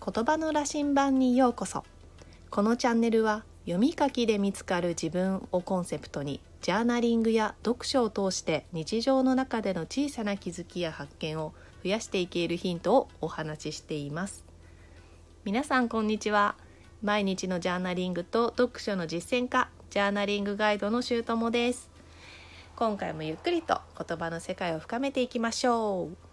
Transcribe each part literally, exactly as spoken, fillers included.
言葉の羅針盤にようこそ。このチャンネルは読み書きで見つかる自分をコンセプトに、ジャーナリングや読書を通して日常の中での小さな気づきや発見を増やしていけるヒントをお話ししています。皆さんこんにちは。毎日のジャーナリングと読書の実践家、ジャーナリングガイドのしゅうともです。今回もゆっくりと言葉の世界を深めていきましょう。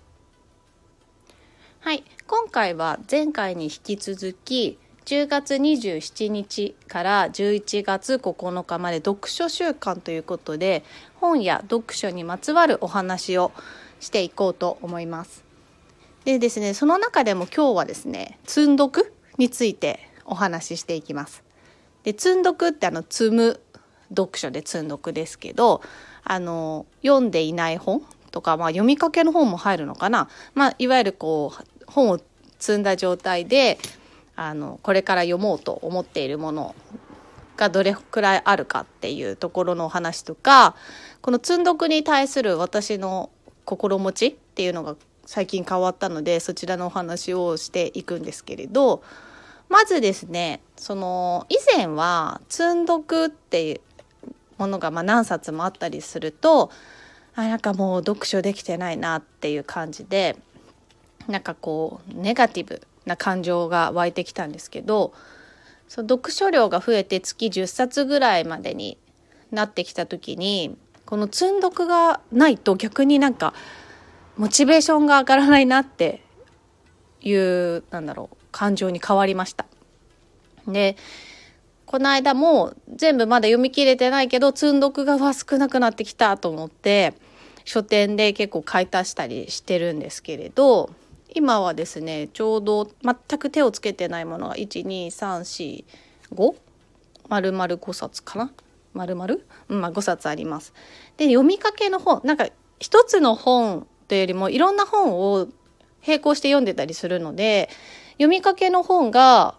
はい、今回は前回に引き続きじゅうがつにじゅうしちにちからじゅういちがつここのかまで読書週間ということで、本や読書にまつわるお話をしていこうと思います。でですね、その中でも今日はですね、積んどくについてお話ししていきます。で、積んどくってあの積む読書で積んどくですけど、あの読んでいない本とか、まあ、読みかけの本も入るのかな、まあ、いわゆるこう本を積んだ状態であのこれから読もうと思っているものがどれくらいあるかっていうところのお話とか、この積んどくに対する私の心持ちっていうのが最近変わったので、そちらのお話をしていくんですけれど、まずですね、その以前は積んどくっていうものがまあ何冊もあったりすると、あなんかもう読書できてないなっていう感じで、なんかこうネガティブな感情が湧いてきたんですけど、その読書量が増えて月じゅっさつぐらいまでになってきた時に、この積んどくがないと逆になんかモチベーションが上がらないなっていうなんだろう感情に変わりました。でこの間も全部まだ読み切れてないけど、積んどくがわ少なくなってきたと思って書店で結構買い足したりしてるんですけれど、今はですねちょうど全く手をつけてないものがいちにさんしご丸々ごさつかな、丸々、うんまあ、ごさつあります。で読みかけの本、なんか一つの本というよりもいろんな本を並行して読んでたりするので、読みかけの本が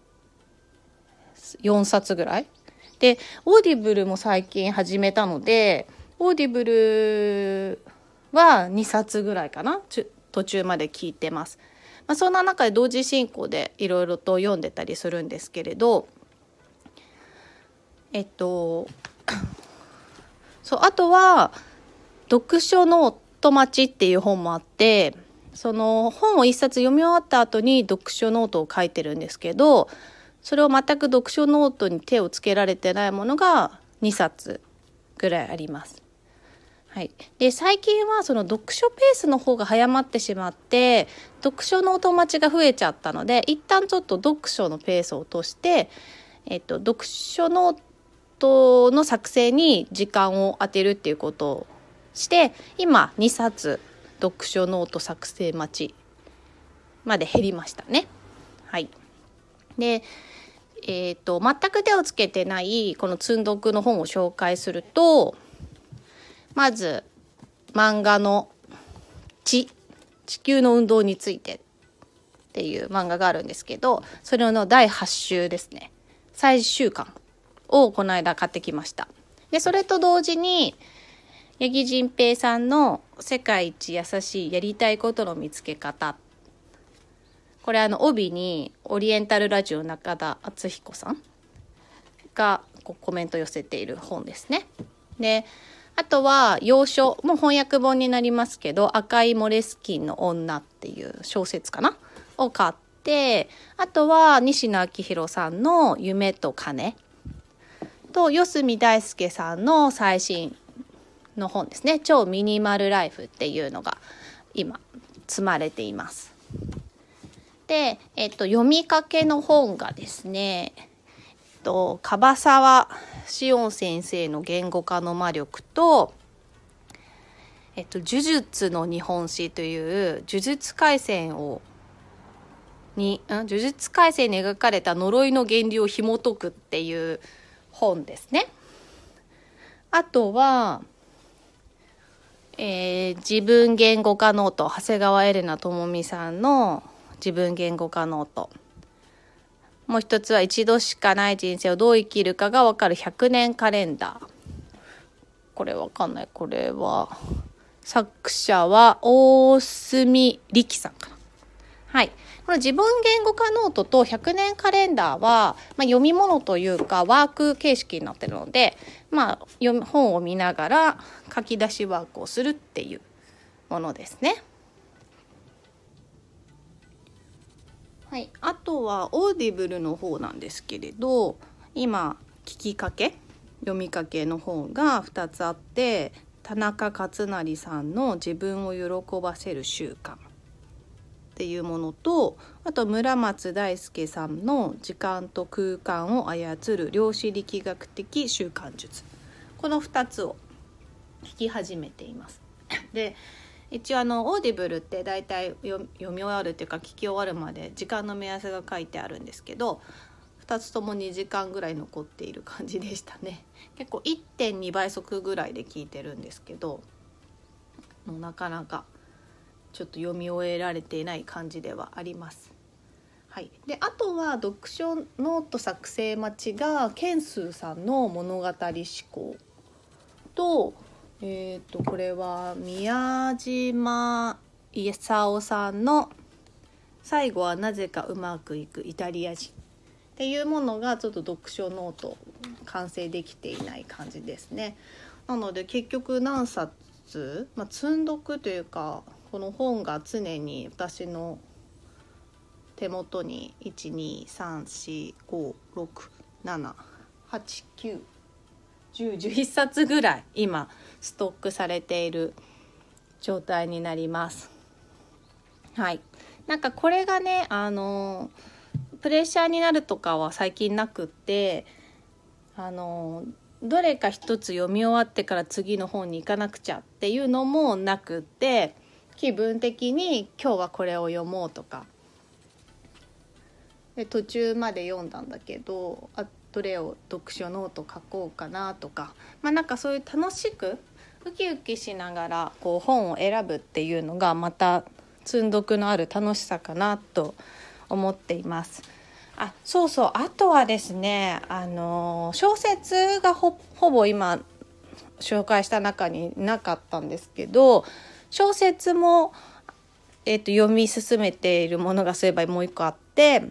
よんさつぐらいで、オーディブルも最近始めたので、オーディブルはにさつぐらいかな、途中まで聞いてます。まあ、そんな中で同時進行でいろいろと読んでたりするんですけれど、えっとそうあとは読書ノート待ちっていう本もあって、その本を一冊読み終わった後に読書ノートを書いてるんですけど、それを全く読書ノートに手をつけられてないものがにさつぐらいあります。はい、で最近はその読書ペースの方が早まってしまって、読書ノート待ちが増えちゃったので、一旦ちょっと読書のペースを落として、えっと、読書ノートの作成に時間を当てるっていうことをして、今にさつ読書ノート作成待ちまで減りましたね。はい。で、えーと、全く手をつけてないこの積んどくの本を紹介すると、まず漫画の地地球の運動についてっていう漫画があるんですけど、それのだいはちしゅうですね、最終巻をこの間買ってきました。でそれと同時に八木仁平さんの世界一優しいやりたいことの見つけ方、これあの帯にオリエンタルラジオ中田敦彦さんがこうコメント寄せている本ですね。であとは洋書も翻訳本になりますけど、赤いモレスキンの女っていう小説かなを買って、あとは西野昭弘さんの夢と金と四隅大輔さんの最新の本ですね、超ミニマルライフっていうのが今積まれています。で、えっと、読みかけの本がですね、えっと、樺沢志音先生の言語化の魔力と、えっと、呪術の日本史という呪術廻戦をに、ん呪術廻戦に描かれた呪いの原理を紐解くっていう本ですね。あとは、えー、自分言語化ノート、長谷川エレナ智美さんの自分言語化ノート。もう一つは一度しかない人生をどう生きるかが分かるひゃくねんカレンダー。これ分かんない。これは作者は大隅力さんかな。 はい、この自分言語化ノートとひゃくねんカレンダーは、まあ、読み物というかワーク形式になっているので、まあ、読本を見ながら書き出しワークをするっていうものですね。はい、あとはオーディブルの方なんですけれど、今聞きかけ読みかけの本がふたつあって、田中勝成さんの自分を喜ばせる習慣っていうものと、あと村松大輔さんの時間と空間を操る量子力学的習慣術、このふたつを聞き始めています。で一応あのオーディブルってだいたい読み終わるっていうか聞き終わるまで時間の目安が書いてあるんですけど、ふたつともにじかんぐらい残っている感じでしたね。結構 いってんに 倍速ぐらいで聞いてるんですけど、もうなかなかちょっと読み終えられていない感じではあります。はい、であとは読書ノート作成待ちがケンスーさんの物語思考と、えー、とこれは宮島功さんの最後はなぜかうまくいくイタリア人っていうものがちょっと読書ノート完成できていない感じですね。なので結局何冊、まあ、積んどくというか、この本が常に私の手元にいちにさんしごろくななはちきゅうじゅうじゅういっさつぐらい今ストックされている状態になります。はい、なんかこれがね、あのプレッシャーになるとかは最近なくって、あのどれか一つ読み終わってから次の本に行かなくちゃっていうのもなくって、気分的に今日はこれを読もうとかで途中まで読んだんだけど、あどれを読書ノート書こうかなとか、まあなんかそういう楽しくウキウキしながらこう本を選ぶっていうのがまた積んどくのある楽しさかなと思っています。あ、そうそう、あとはですね、あの小説が ほ, ほぼ今紹介した中になかったんですけど、小説も、えーと、読み進めているものがそういえばもう一個あって、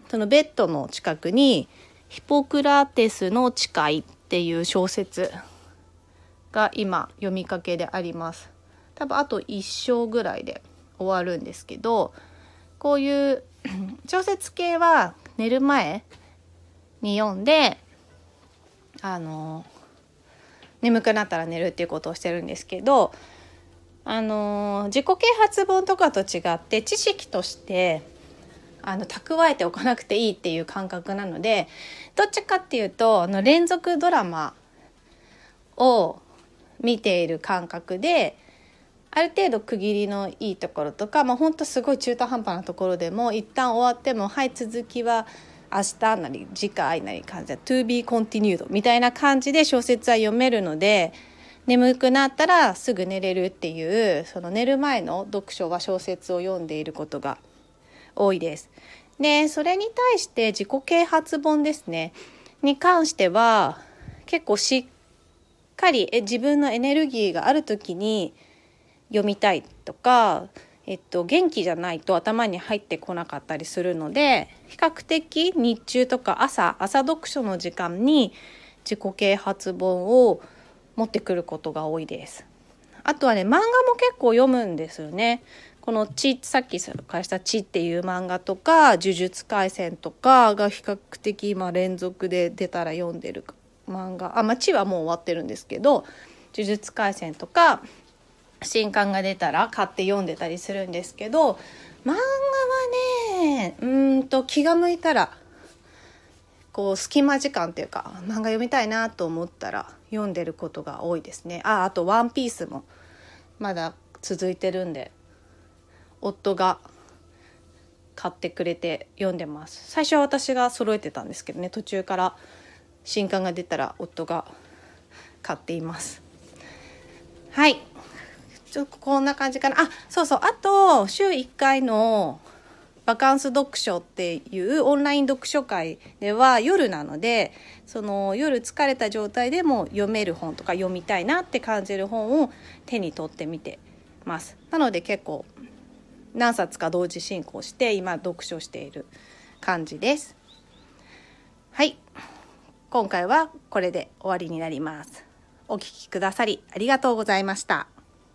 そのベッドの近くにヒポクラテスの誓いっていう小説が今読みかけであります。多分あと一章ぐらいで終わるんですけど、こういう小説系は寝る前に読んで、あの眠くなったら寝るっていうことをしてるんですけど、あの自己啓発本とかと違って知識としてあの蓄えておかなくていいっていう感覚なので、どっちかっていうとあの連続ドラマを見ている感覚で、ある程度区切りのいいところとか、まあ、ほんとすごい中途半端なところでも一旦終わっても、はい続きは明日なり次回なり感じで to be continued みたいな感じで小説は読めるので、眠くなったらすぐ寝れるっていう、その寝る前の読書は小説を読んでいることが多いです。でそれに対して自己啓発本ですねに関しては、結構しっかりえ自分のエネルギーがある時に読みたいとか、えっと、元気じゃないと頭に入ってこなかったりするので、比較的日中とか朝朝読書の時間に自己啓発本を持ってくることが多いです。あとはね、漫画も結構読むんですよね。このちさっき紹介したちっていう漫画とか呪術廻戦とかが比較的今連続で出たら読んでる漫画、あ、まあちはもう終わってるんですけど、呪術廻戦とか新刊が出たら買って読んでたりするんですけど、漫画はね、うーんと気が向いたらこう隙間時間っていうか漫画読みたいなと思ったら読んでることが多いですね。あ、あとワンピースもまだ続いてるんで、夫が買ってくれて読んでます。最初は私が揃えてたんですけどね、途中から新刊が出たら夫が買っています。はい、ちょっとこんな感じかな。あ、そうそう、あと週いっかいのバカンス読書っていうオンライン読書会では夜なので、その夜疲れた状態でも読める本とか読みたいなって感じる本を手に取ってみてます。なので結構何冊か同時進行して今読書している感じです。はい、今回はこれで終わりになります。お聞きくださりありがとうございました。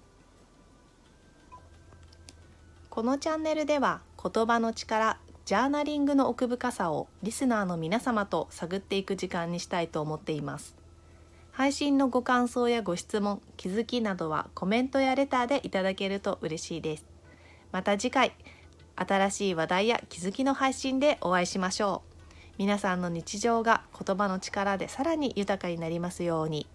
このチャンネルでは言葉の力、ジャーナリングの奥深さをリスナーの皆様と探っていく時間にしたいと思っています。配信のご感想やご質問、気づきなどはコメントやレターでいただけると嬉しいです。また次回、新しい話題や気づきの配信でお会いしましょう。皆さんの日常が言葉の力でさらに豊かになりますように。